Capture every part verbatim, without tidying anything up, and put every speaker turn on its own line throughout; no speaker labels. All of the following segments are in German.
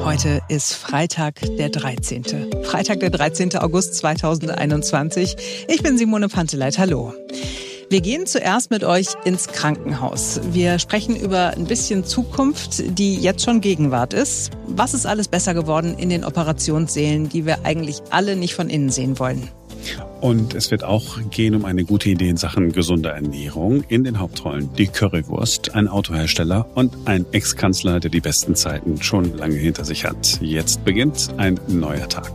Heute ist Freitag, der dreizehnte Freitag, der dreizehnte August zweitausendeinundzwanzig. Ich bin Simone Panteleit. Hallo. Wir gehen zuerst mit euch ins Krankenhaus. Wir sprechen über ein bisschen Zukunft, die jetzt schon Gegenwart ist. Was ist alles besser geworden in den Operationssälen, die wir eigentlich alle nicht von innen sehen wollen?
Und es wird auch gehen um eine gute Idee in Sachen gesunder Ernährung. In den Hauptrollen die Currywurst, ein Autohersteller und ein Ex-Kanzler, der die besten Zeiten schon lange hinter sich hat. Jetzt beginnt ein neuer Tag.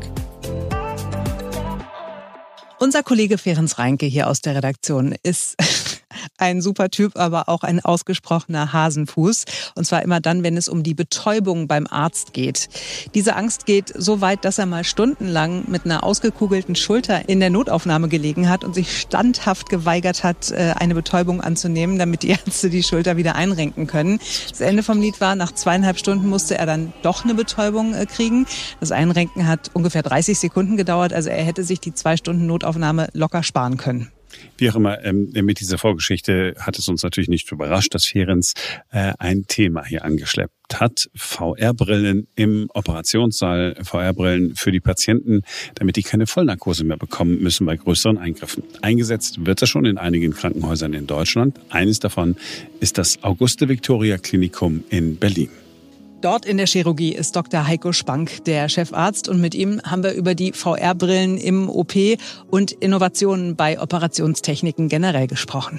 Unser Kollege Ferenc Reinke hier aus der Redaktion ist ein super Typ, aber auch ein ausgesprochener Hasenfuß. Und zwar immer dann, wenn es um die Betäubung beim Arzt geht. Diese Angst geht so weit, dass er mal stundenlang mit einer ausgekugelten Schulter in der Notaufnahme gelegen hat und sich standhaft geweigert hat, eine Betäubung anzunehmen, damit die Ärzte die Schulter wieder einrenken können. Das Ende vom Lied war, nach zweieinhalb Stunden musste er dann doch eine Betäubung kriegen. Das Einrenken hat ungefähr dreißig Sekunden gedauert, also er hätte sich die zwei Stunden Notaufnahme locker sparen können.
Wie auch immer, ähm, mit dieser Vorgeschichte hat es uns natürlich nicht überrascht, dass Ferenc äh, ein Thema hier angeschleppt hat. V R-Brillen im Operationssaal, V R-Brillen für die Patienten, damit die keine Vollnarkose mehr bekommen müssen bei größeren Eingriffen. Eingesetzt wird das schon in einigen Krankenhäusern in Deutschland. Eines davon ist das Auguste-Victoria-Klinikum in Berlin.
Dort in der Chirurgie ist Doktor Heiko Spank der Chefarzt und mit ihm haben wir über die V R-Brillen im O P und Innovationen bei Operationstechniken generell gesprochen.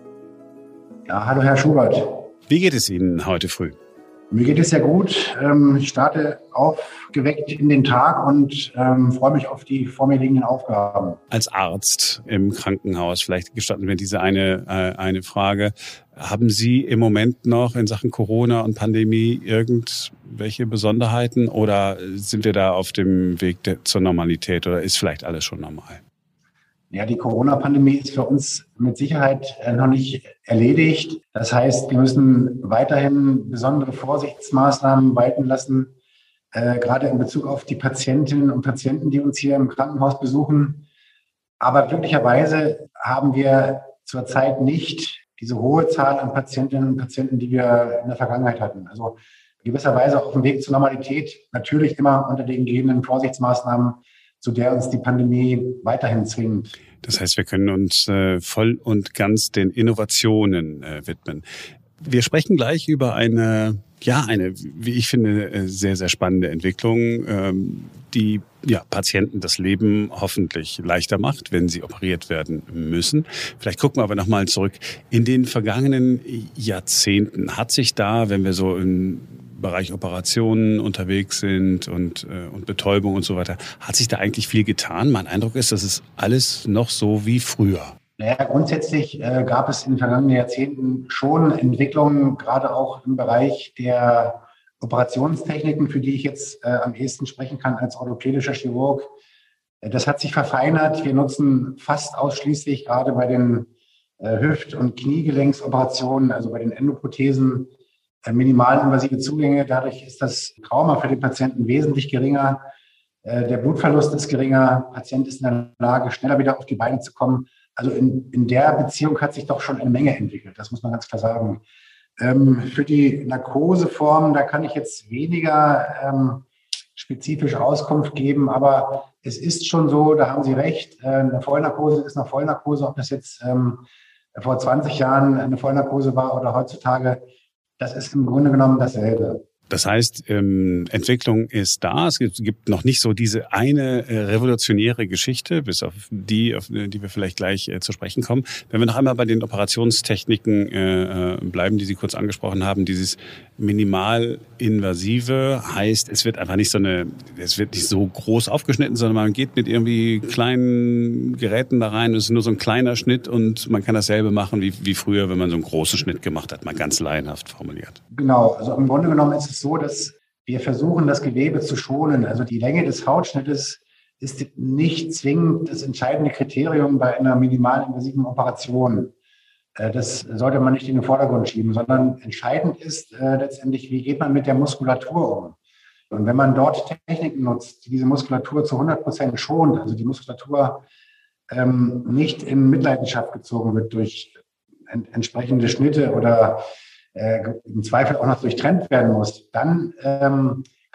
Ja, hallo Herr Schubert.
Wie geht es Ihnen heute früh?
Mir geht es sehr gut. Ich starte aufgeweckt in den Tag und ähm, freue mich auf die vor mir liegenden Aufgaben.
Als Arzt im Krankenhaus, vielleicht gestatten wir diese eine, äh, eine Frage. Haben Sie im Moment noch in Sachen Corona und Pandemie irgendwelche Besonderheiten oder sind wir da auf dem Weg der, zur Normalität oder ist vielleicht alles schon normal?
Ja, die Corona-Pandemie ist für uns mit Sicherheit noch nicht erledigt. Das heißt, wir müssen weiterhin besondere Vorsichtsmaßnahmen walten lassen, äh, gerade in Bezug auf die Patientinnen und Patienten, die uns hier im Krankenhaus besuchen. Aber glücklicherweise haben wir zurzeit nicht diese hohe Zahl an Patientinnen und Patienten, die wir in der Vergangenheit hatten. Also gewisserweise auf dem Weg zur Normalität, natürlich immer unter den gegebenen Vorsichtsmaßnahmen, zu der uns die Pandemie weiterhin zwingt.
Das heißt, wir können uns äh, voll und ganz den Innovationen äh, widmen. Wir sprechen gleich über eine, ja, eine, wie ich finde, sehr, sehr spannende Entwicklung, ähm, die ja, Patienten das Leben hoffentlich leichter macht, wenn sie operiert werden müssen. Vielleicht gucken wir aber nochmal zurück. In den vergangenen Jahrzehnten hat sich da, wenn wir so im Bereich Operationen unterwegs sind und, äh, und Betäubung und so weiter, hat sich da eigentlich viel getan? Mein Eindruck ist, das ist alles noch so wie früher.
Naja, grundsätzlich äh, gab es in den vergangenen Jahrzehnten schon Entwicklungen, gerade auch im Bereich der Operationstechniken, für die ich jetzt äh, am ehesten sprechen kann als orthopädischer Chirurg. Äh, das hat sich verfeinert. Wir nutzen fast ausschließlich gerade bei den äh, Hüft- und Kniegelenksoperationen, also bei den Endoprothesen, äh, minimalinvasive Zugänge. Dadurch ist das Trauma für den Patienten wesentlich geringer. Äh, der Blutverlust ist geringer. Der Patient ist in der Lage, schneller wieder auf die Beine zu kommen. Also in, in der Beziehung hat sich doch schon eine Menge entwickelt. Das muss man ganz klar sagen. Ähm, für die Narkoseform, da kann ich jetzt weniger ähm, spezifisch Auskunft geben, aber es ist schon so, da haben Sie recht, äh, eine Vollnarkose ist eine Vollnarkose, ob das jetzt ähm, vor zwanzig Jahren eine Vollnarkose war oder heutzutage, das ist im Grunde genommen dasselbe.
Das heißt, ähm, Entwicklung ist da. Es gibt, gibt noch nicht so diese eine äh, revolutionäre Geschichte, bis auf die, auf die wir vielleicht gleich äh, zu sprechen kommen. Wenn wir noch einmal bei den Operationstechniken äh, bleiben, die Sie kurz angesprochen haben, dieses minimalinvasive heißt, es wird einfach nicht so eine, es wird nicht so groß aufgeschnitten, sondern man geht mit irgendwie kleinen Geräten da rein. Es ist nur so ein kleiner Schnitt und man kann dasselbe machen wie, wie früher, wenn man so einen großen Schnitt gemacht hat, mal ganz laienhaft formuliert.
Genau, also im Grunde genommen ist es so, dass wir versuchen, das Gewebe zu schonen. Also die Länge des Hautschnittes ist nicht zwingend das entscheidende Kriterium bei einer minimalinvasiven Operation. Das sollte man nicht in den Vordergrund schieben, sondern entscheidend ist äh, letztendlich, wie geht man mit der Muskulatur um. Und wenn man dort Techniken nutzt, die diese Muskulatur zu hundert Prozent schont, also die Muskulatur ähm, nicht in Mitleidenschaft gezogen wird durch ent- entsprechende Schnitte oder äh, im Zweifel auch noch durchtrennt werden muss, dann ähm,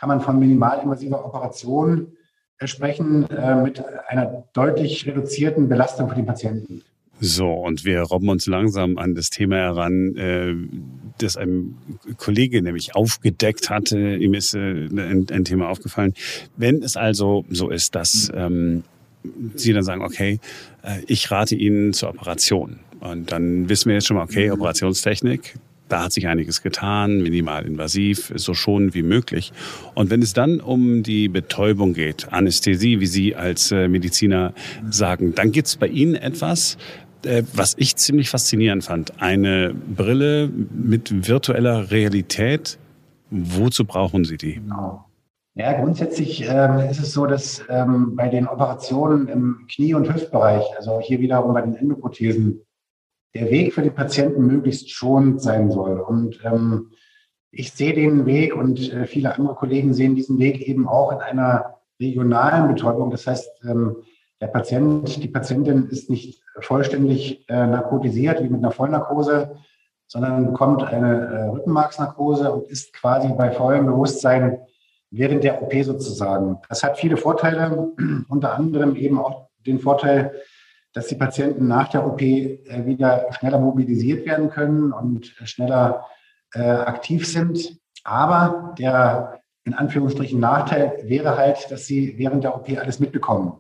kann man von minimalinvasiver Operation sprechen äh, mit einer deutlich reduzierten Belastung für den Patienten.
So, und wir robben uns langsam an das Thema heran, äh, das ein Kollege nämlich aufgedeckt hatte. Ihm ist äh, ein, ein Thema aufgefallen. Wenn es also so ist, dass ähm, Sie dann sagen, okay, äh, ich rate Ihnen zur Operation. Und dann wissen wir jetzt schon mal, okay, Operationstechnik, da hat sich einiges getan, minimalinvasiv, so schonend wie möglich. Und wenn es dann um die Betäubung geht, Anästhesie, wie Sie als äh, Mediziner sagen, dann gibt es bei Ihnen etwas, äh, was ich ziemlich faszinierend fand. Eine Brille mit virtueller Realität. Wozu brauchen Sie die?
Genau. Ja, grundsätzlich ähm, ist es so, dass ähm, bei den Operationen im Knie- und Hüftbereich, also hier wiederum bei den Endoprothesen, der Weg für den Patienten möglichst schonend sein soll. Und ähm, ich sehe den Weg und äh, viele andere Kollegen sehen diesen Weg eben auch in einer regionalen Betäubung. Das heißt, ähm, der Patient, die Patientin ist nicht vollständig äh, narkotisiert wie mit einer Vollnarkose, sondern bekommt eine äh, Rückenmarksnarkose und ist quasi bei vollem Bewusstsein während der O P sozusagen. Das hat viele Vorteile, unter anderem eben auch den Vorteil, dass die Patienten nach der O P äh, wieder schneller mobilisiert werden können und äh, schneller äh, aktiv sind. Aber der in Anführungsstrichen Nachteil wäre halt, dass sie während der O P alles mitbekommen.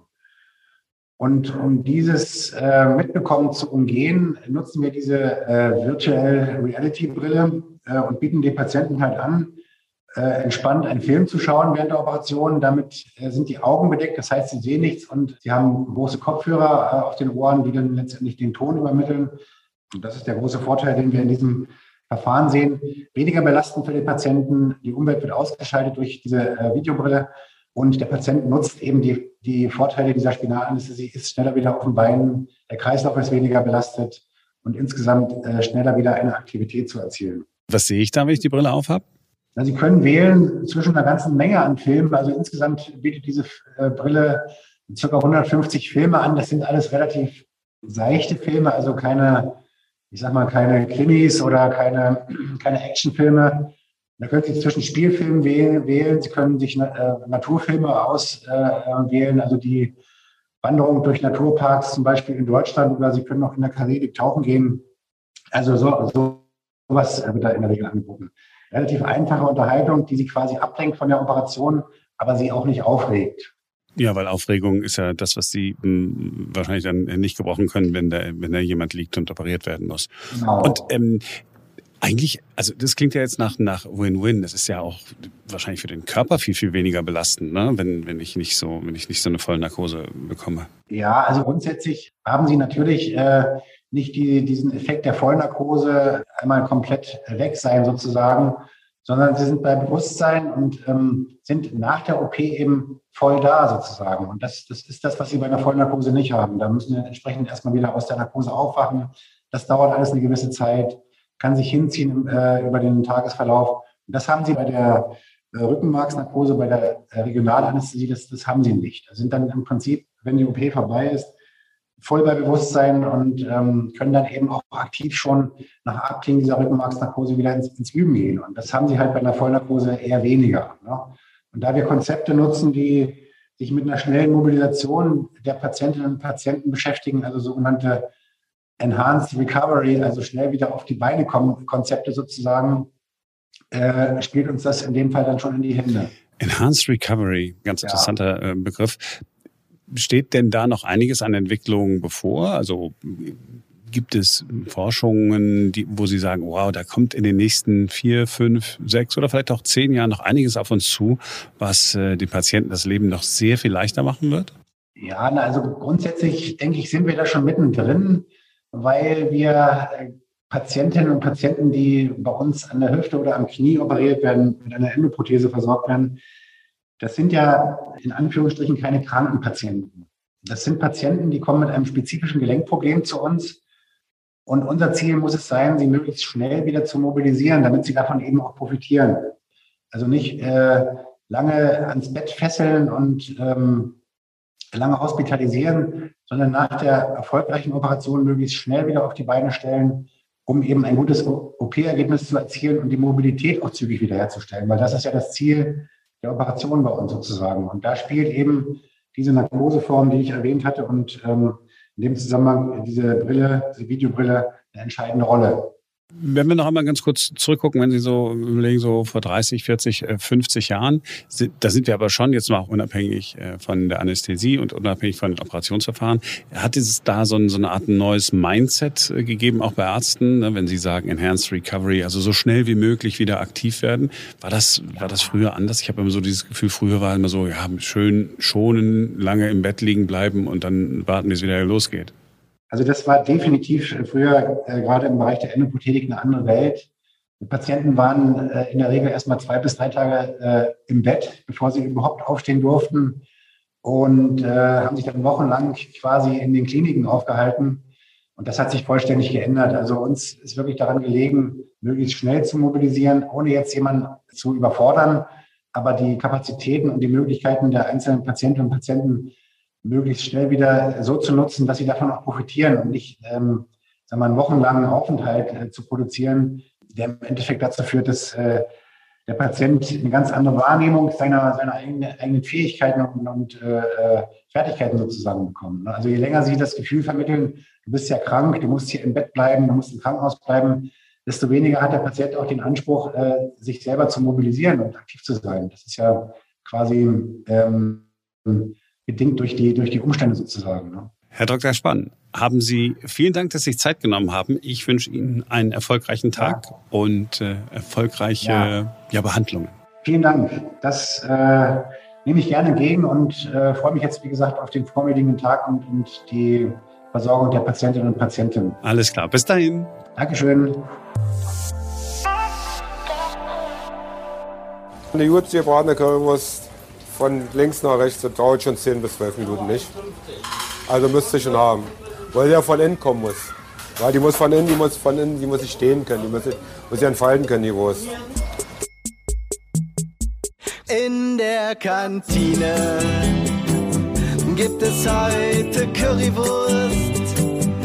Und um dieses äh, Mitbekommen zu umgehen, nutzen wir diese äh, Virtual Reality Brille äh, und bieten den Patienten halt an, Äh, entspannt einen Film zu schauen während der Operation. Damit äh, sind die Augen bedeckt, das heißt, sie sehen nichts und sie haben große Kopfhörer äh, auf den Ohren, die dann letztendlich den Ton übermitteln. Und das ist der große Vorteil, den wir in diesem Verfahren sehen. Weniger belastend für den Patienten, die Umwelt wird ausgeschaltet durch diese äh, Videobrille und der Patient nutzt eben die, die Vorteile dieser Spinalanästhesie, ist schneller wieder auf den Beinen, der Kreislauf ist weniger belastet und insgesamt äh, schneller wieder eine Aktivität zu erzielen.
Was sehe ich da, wenn ich die Brille aufhab?
Na, Sie können wählen zwischen einer ganzen Menge an Filmen. Also insgesamt bietet diese äh, Brille ca. hundertfünfzig Filme an. Das sind alles relativ seichte Filme, also keine, ich sag mal, keine Krimis oder keine, keine Actionfilme. Da können Sie zwischen Spielfilmen wählen. wählen. Sie können sich äh, Naturfilme auswählen, äh, also die Wanderung durch Naturparks zum Beispiel in Deutschland, oder Sie können auch in der Karibik tauchen gehen. Also so, so was wird da in der Regel angeboten. Relativ einfache Unterhaltung, die sie quasi ablenkt von der Operation, aber sie auch nicht aufregt.
Ja, weil Aufregung ist ja das, was Sie mh, wahrscheinlich dann nicht gebrauchen können, wenn da, wenn da jemand liegt und operiert werden muss.
Genau.
Und ähm, eigentlich, also das klingt ja jetzt nach nach Win-Win. Das ist ja auch wahrscheinlich für den Körper viel viel weniger belastend, ne? Wenn wenn ich nicht so wenn ich nicht so eine Vollnarkose bekomme.
Ja, also grundsätzlich haben Sie natürlich äh, nicht die, diesen Effekt der Vollnarkose einmal komplett weg sein sozusagen, sondern sie sind bei Bewusstsein und ähm, sind nach der O P eben voll da sozusagen. Und das, das ist das, was Sie bei einer Vollnarkose nicht haben. Da müssen Sie entsprechend erstmal wieder aus der Narkose aufwachen. Das dauert alles eine gewisse Zeit, kann sich hinziehen äh, über den Tagesverlauf. Und das haben Sie bei der äh, Rückenmarksnarkose, bei der äh, Regionalanästhesie, das, das haben Sie nicht. Das sind dann im Prinzip, wenn die O P vorbei ist, voll bei Bewusstsein und ähm, können dann eben auch aktiv schon nach Abklingen dieser Rückenmarksnarkose wieder ins, ins Üben gehen. Und das haben sie halt bei einer Vollnarkose eher weniger. Ne? Und da wir Konzepte nutzen, die sich mit einer schnellen Mobilisation der Patientinnen und Patienten beschäftigen, also sogenannte Enhanced Recovery, also schnell wieder auf die Beine kommen, Konzepte sozusagen, äh, spielt uns das in dem Fall dann schon in die Hände.
Enhanced Recovery, ganz interessanter ja. Begriff. Steht denn da noch einiges an Entwicklung bevor? Also gibt es Forschungen, die, wo Sie sagen, wow, da kommt in den nächsten vier, fünf, sechs oder vielleicht auch zehn Jahren noch einiges auf uns zu, was äh, den Patienten das Leben noch sehr viel leichter machen wird?
Ja, na, also grundsätzlich denke ich, sind wir da schon mittendrin, weil wir Patientinnen und Patienten, die bei uns an der Hüfte oder am Knie operiert werden, mit einer Endoprothese versorgt werden, das sind ja in Anführungsstrichen keine kranken Patienten. Das sind Patienten, die kommen mit einem spezifischen Gelenkproblem zu uns. Und unser Ziel muss es sein, sie möglichst schnell wieder zu mobilisieren, damit sie davon eben auch profitieren. Also nicht äh, lange ans Bett fesseln und ähm, lange hospitalisieren, sondern nach der erfolgreichen Operation möglichst schnell wieder auf die Beine stellen, um eben ein gutes O P-Ergebnis zu erzielen und die Mobilität auch zügig wiederherzustellen. Weil das ist ja das Ziel der Operation bei uns sozusagen. Und da spielt eben diese Narkoseform, die ich erwähnt hatte, und ähm, in dem Zusammenhang diese Brille, diese Videobrille, eine entscheidende Rolle.
Wenn wir noch einmal ganz kurz zurückgucken, wenn Sie so überlegen, so vor dreißig, vierzig, fünfzig Jahren, da sind wir aber schon jetzt mal auch unabhängig von der Anästhesie und unabhängig von den Operationsverfahren. Hat es da so, so eine Art neues Mindset gegeben, auch bei Ärzten, wenn Sie sagen Enhanced Recovery, also so schnell wie möglich wieder aktiv werden? War das, war das früher anders? Ich habe immer so dieses Gefühl, früher war immer so, ja, schön schonen, lange im Bett liegen bleiben und dann warten, bis es wieder losgeht.
Also das war definitiv früher äh, gerade im Bereich der Endoprothetik eine andere Welt. Die Patienten waren äh, in der Regel erst mal zwei bis drei Tage äh, im Bett, bevor sie überhaupt aufstehen durften, und äh, haben sich dann wochenlang quasi in den Kliniken aufgehalten. Und das hat sich vollständig geändert. Also uns ist wirklich daran gelegen, möglichst schnell zu mobilisieren, ohne jetzt jemanden zu überfordern, aber die Kapazitäten und die Möglichkeiten der einzelnen Patientinnen und Patienten möglichst schnell wieder so zu nutzen, dass sie davon auch profitieren und nicht ähm, sagen wir, einen wochenlangen Aufenthalt äh, zu produzieren, der im Endeffekt dazu führt, dass äh, der Patient eine ganz andere Wahrnehmung seiner, seiner eigenen, eigenen Fähigkeiten und, und äh, Fertigkeiten sozusagen bekommt. Also je länger sie das Gefühl vermitteln, du bist ja krank, du musst hier im Bett bleiben, du musst im Krankenhaus bleiben, desto weniger hat der Patient auch den Anspruch, äh, sich selber zu mobilisieren und aktiv zu sein. Das ist ja quasi ähm, bedingt durch die, durch die Umstände sozusagen. Ne?
Herr Doktor Spann, haben Sie vielen Dank, dass Sie sich Zeit genommen haben. Ich wünsche Ihnen einen erfolgreichen Tag ja. und äh, erfolgreiche ja. Ja, Behandlungen.
Vielen Dank. Das äh, nehme ich gerne entgegen und äh, freue mich jetzt, wie gesagt, auf den vormittagigen Tag und, und die Versorgung der Patientinnen und Patienten.
Alles klar. Bis dahin.
Dankeschön.
Eine gut gebratene Currywurst von links nach rechts, das dauert schon zehn bis zwölf Minuten, nicht? Also müsste ich schon haben. Weil die ja von innen kommen muss. Weil die muss von innen, die muss von innen, die muss sich stehen können, die muss, muss sich entfalten können, die Wurst.
In der Kantine gibt es heute Currywurst.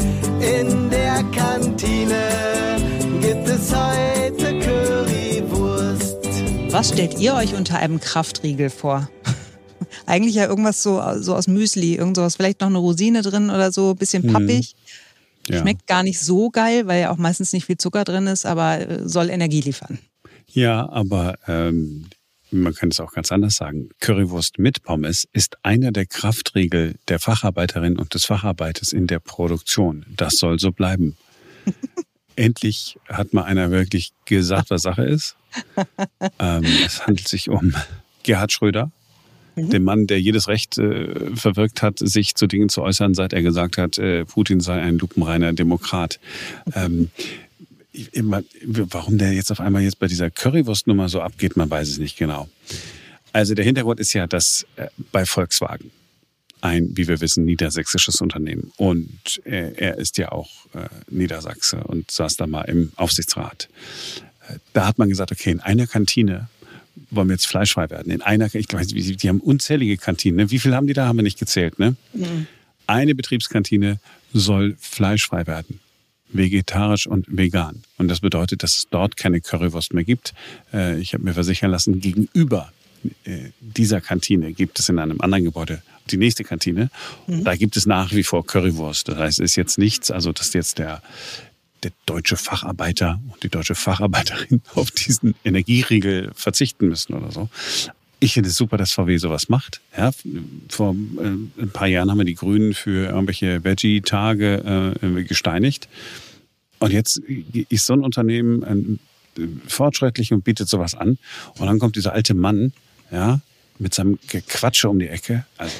In der Kantine gibt es heute Currywurst.
Was stellt ihr euch unter einem Kraftriegel vor? Eigentlich ja irgendwas so, so aus Müsli, irgend sowas, vielleicht noch eine Rosine drin oder so, bisschen pappig. Mhm. Ja. Schmeckt gar nicht so geil, weil ja auch meistens nicht viel Zucker drin ist, aber soll Energie liefern.
Ja, aber ähm, man kann es auch ganz anders sagen. Currywurst mit Pommes ist einer der Kraftriegel der Facharbeiterin und des Facharbeiters in der Produktion. Das soll so bleiben. Endlich hat mal einer wirklich gesagt, was Sache ist. ähm, es handelt sich um Gerhard Schröder. Den Mann, der jedes Recht äh, verwirkt hat, sich zu Dingen zu äußern, seit er gesagt hat, äh, Putin sei ein lupenreiner Demokrat. Ähm, immer, warum der jetzt auf einmal jetzt bei dieser Currywurstnummer so abgeht, man weiß es nicht genau. Also der Hintergrund ist ja, dass äh, bei Volkswagen, ein, wie wir wissen, niedersächsisches Unternehmen, und äh, er ist ja auch äh, Niedersachse und saß da mal im Aufsichtsrat. Äh, da hat man gesagt, okay, in einer Kantine wollen wir jetzt fleischfrei werden. In einer, ich glaube, die haben unzählige Kantinen. Wie viele haben die da? Haben wir nicht gezählt, ne? Mhm. Eine Betriebskantine soll fleischfrei werden. Vegetarisch und vegan. Und das bedeutet, dass es dort keine Currywurst mehr gibt. Ich habe mir versichern lassen, gegenüber dieser Kantine gibt es in einem anderen Gebäude die nächste Kantine. Mhm. Da gibt es nach wie vor Currywurst. Das heißt, es ist jetzt nichts, also dass jetzt der der deutsche Facharbeiter und die deutsche Facharbeiterin auf diesen Energieriegel verzichten müssen oder so. Ich finde es super, dass V W sowas macht. Ja, vor äh, ein paar Jahren haben wir die Grünen für irgendwelche Veggie-Tage äh, gesteinigt. Und jetzt ist so ein Unternehmen äh, fortschrittlich und bietet sowas an. Und dann kommt dieser alte Mann, ja, mit seinem Gequatsche um die Ecke. Also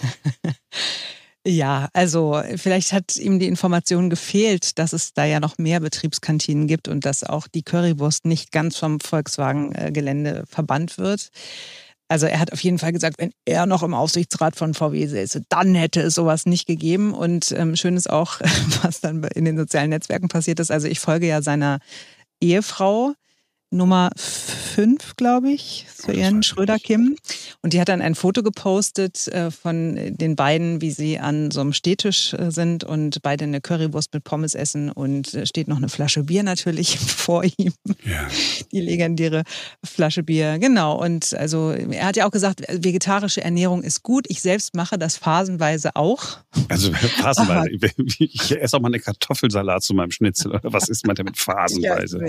Ja, also vielleicht hat ihm die Information gefehlt, dass es da ja noch mehr Betriebskantinen gibt und dass auch die Currywurst nicht ganz vom Volkswagen-Gelände verbannt wird. Also er hat auf jeden Fall gesagt, wenn er noch im Aufsichtsrat von V W säße, dann hätte es sowas nicht gegeben. Und ähm, schön ist auch, was dann in den sozialen Netzwerken passiert ist. Also ich folge ja seiner Ehefrau, Nummer fünf, glaube ich, zu Ihren Schröder-Kim. Und die hat dann ein Foto gepostet äh, von den beiden, wie sie an so einem Stehtisch äh, sind und beide eine Currywurst mit Pommes essen und äh, steht noch eine Flasche Bier natürlich vor ihm. Ja. Die legendäre Flasche Bier, genau. Und also er hat ja auch gesagt, vegetarische Ernährung ist gut. Ich selbst mache das phasenweise auch.
Also phasenweise. Ich esse auch mal eine Kartoffelsalat zu meinem Schnitzel. Oder was isst man damit phasenweise?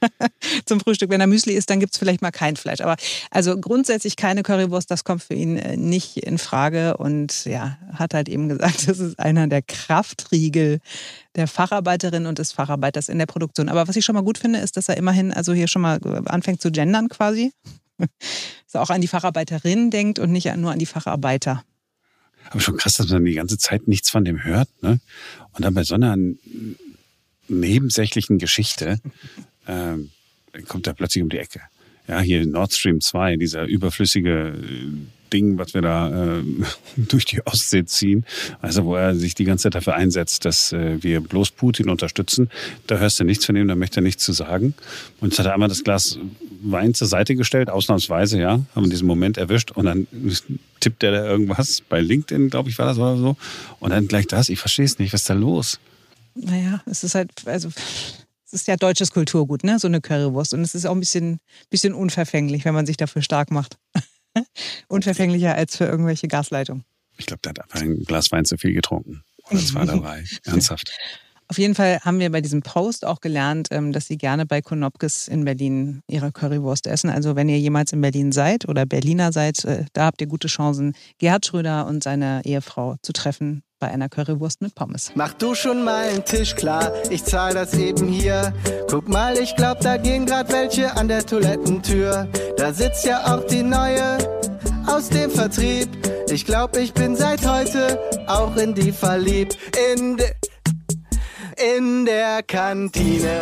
Zum Frühstück. Wenn er Müsli isst, dann gibt es vielleicht mal kein Fleisch. Aber also grundsätzlich keine Currywurst, das kommt für ihn nicht in Frage. Und ja, hat halt eben gesagt, das ist einer der Kraftriegel der Facharbeiterin und des Facharbeiters in der Produktion. Aber was ich schon mal gut finde, ist, dass er immerhin also hier schon mal anfängt zu gendern quasi. Dass er auch an die Facharbeiterin denkt und nicht nur an die Facharbeiter.
Aber schon krass, dass man die ganze Zeit nichts von dem hört, ne? Und dann bei so einer nebensächlichen Geschichte ähm, kommt er plötzlich um die Ecke. Ja, hier Nord Stream zwei, dieser überflüssige Ding, was wir da äh, durch die Ostsee ziehen, also wo er sich die ganze Zeit dafür einsetzt, dass äh, wir bloß Putin unterstützen, da hörst du nichts von ihm, da möchte er nichts zu sagen. Und jetzt hat er einmal das Glas Wein zur Seite gestellt, ausnahmsweise, ja, haben wir diesen Moment erwischt und dann tippt er da irgendwas, bei LinkedIn, glaube ich, war das oder so, und dann gleich das, ich verstehe es nicht, was ist da los?
Naja, es ist halt, also... Es ist ja deutsches Kulturgut, ne? So eine Currywurst. Und es ist auch ein bisschen, bisschen unverfänglich, wenn man sich dafür stark macht. Unverfänglicher als für irgendwelche Gasleitungen.
Ich glaube, der hat einfach ein Glas Wein zu viel getrunken. Oder zwei dabei. Ernsthaft.
Auf jeden Fall haben wir bei diesem Post auch gelernt, dass Sie gerne bei Konopkes in Berlin Ihre Currywurst essen. Also wenn ihr jemals in Berlin seid oder Berliner seid, da habt ihr gute Chancen, Gerhard Schröder und seine Ehefrau zu treffen bei einer Currywurst mit Pommes.
Mach du schon mal einen Tisch klar, ich zahl das eben hier. Guck mal, ich glaub, da gehen grad welche an der Toilettentür. Da sitzt ja auch die Neue aus dem Vertrieb. Ich glaub, ich bin seit heute auch in die verliebt. In, de, in der Kantine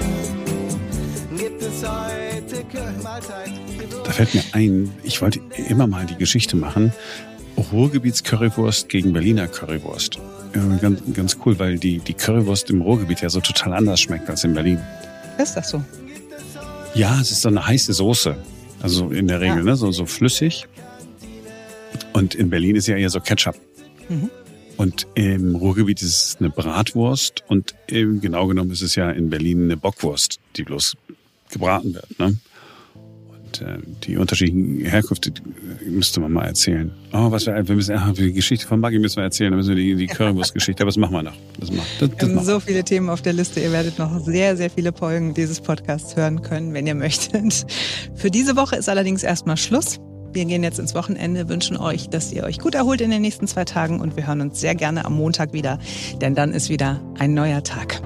gibt es heute Mahlzeit.
Da fällt mir ein, ich wollte immer mal die Geschichte machen, Ruhrgebiets-Currywurst gegen Berliner Currywurst. Ja, ganz, ganz cool, weil die, die Currywurst im Ruhrgebiet ja so total anders schmeckt als in Berlin.
Ist das so?
Ja, es ist so eine heiße Soße. Also in der Regel, ja. ne? so, so flüssig. Und in Berlin ist ja eher so Ketchup. Mhm. Und im Ruhrgebiet ist es eine Bratwurst. Und genau genommen ist es ja in Berlin eine Bockwurst, die bloß gebraten wird. Ne? Die unterschiedlichen Herkünfte müsste man mal erzählen. Oh, was wir, wir müssen, ach, die Geschichte von Maggi müssen wir erzählen, dann müssen wir die, die Currywurst-Geschichte, aber das machen wir noch. Das machen, das, das
wir haben so viele Themen auf der Liste, ihr werdet noch sehr, sehr viele Folgen dieses Podcasts hören können, wenn ihr möchtet. Für diese Woche ist allerdings erstmal Schluss. Wir gehen jetzt ins Wochenende, wünschen euch, dass ihr euch gut erholt in den nächsten zwei Tagen und wir hören uns sehr gerne am Montag wieder, denn dann ist wieder ein neuer Tag.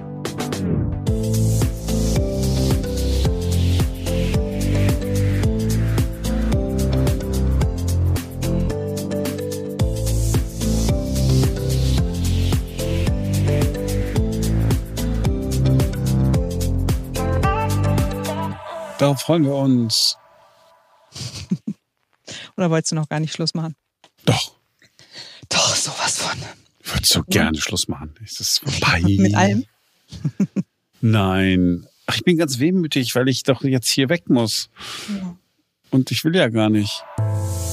Darauf freuen wir uns.
Oder wolltest du noch gar nicht Schluss machen?
Doch.
Doch, sowas von.
Ich würde so gerne Schluss machen. Ist das vorbei?
Mit allem?
Nein. Ach, ich bin ganz wehmütig, weil ich doch jetzt hier weg muss. Ja. Und ich will ja gar nicht.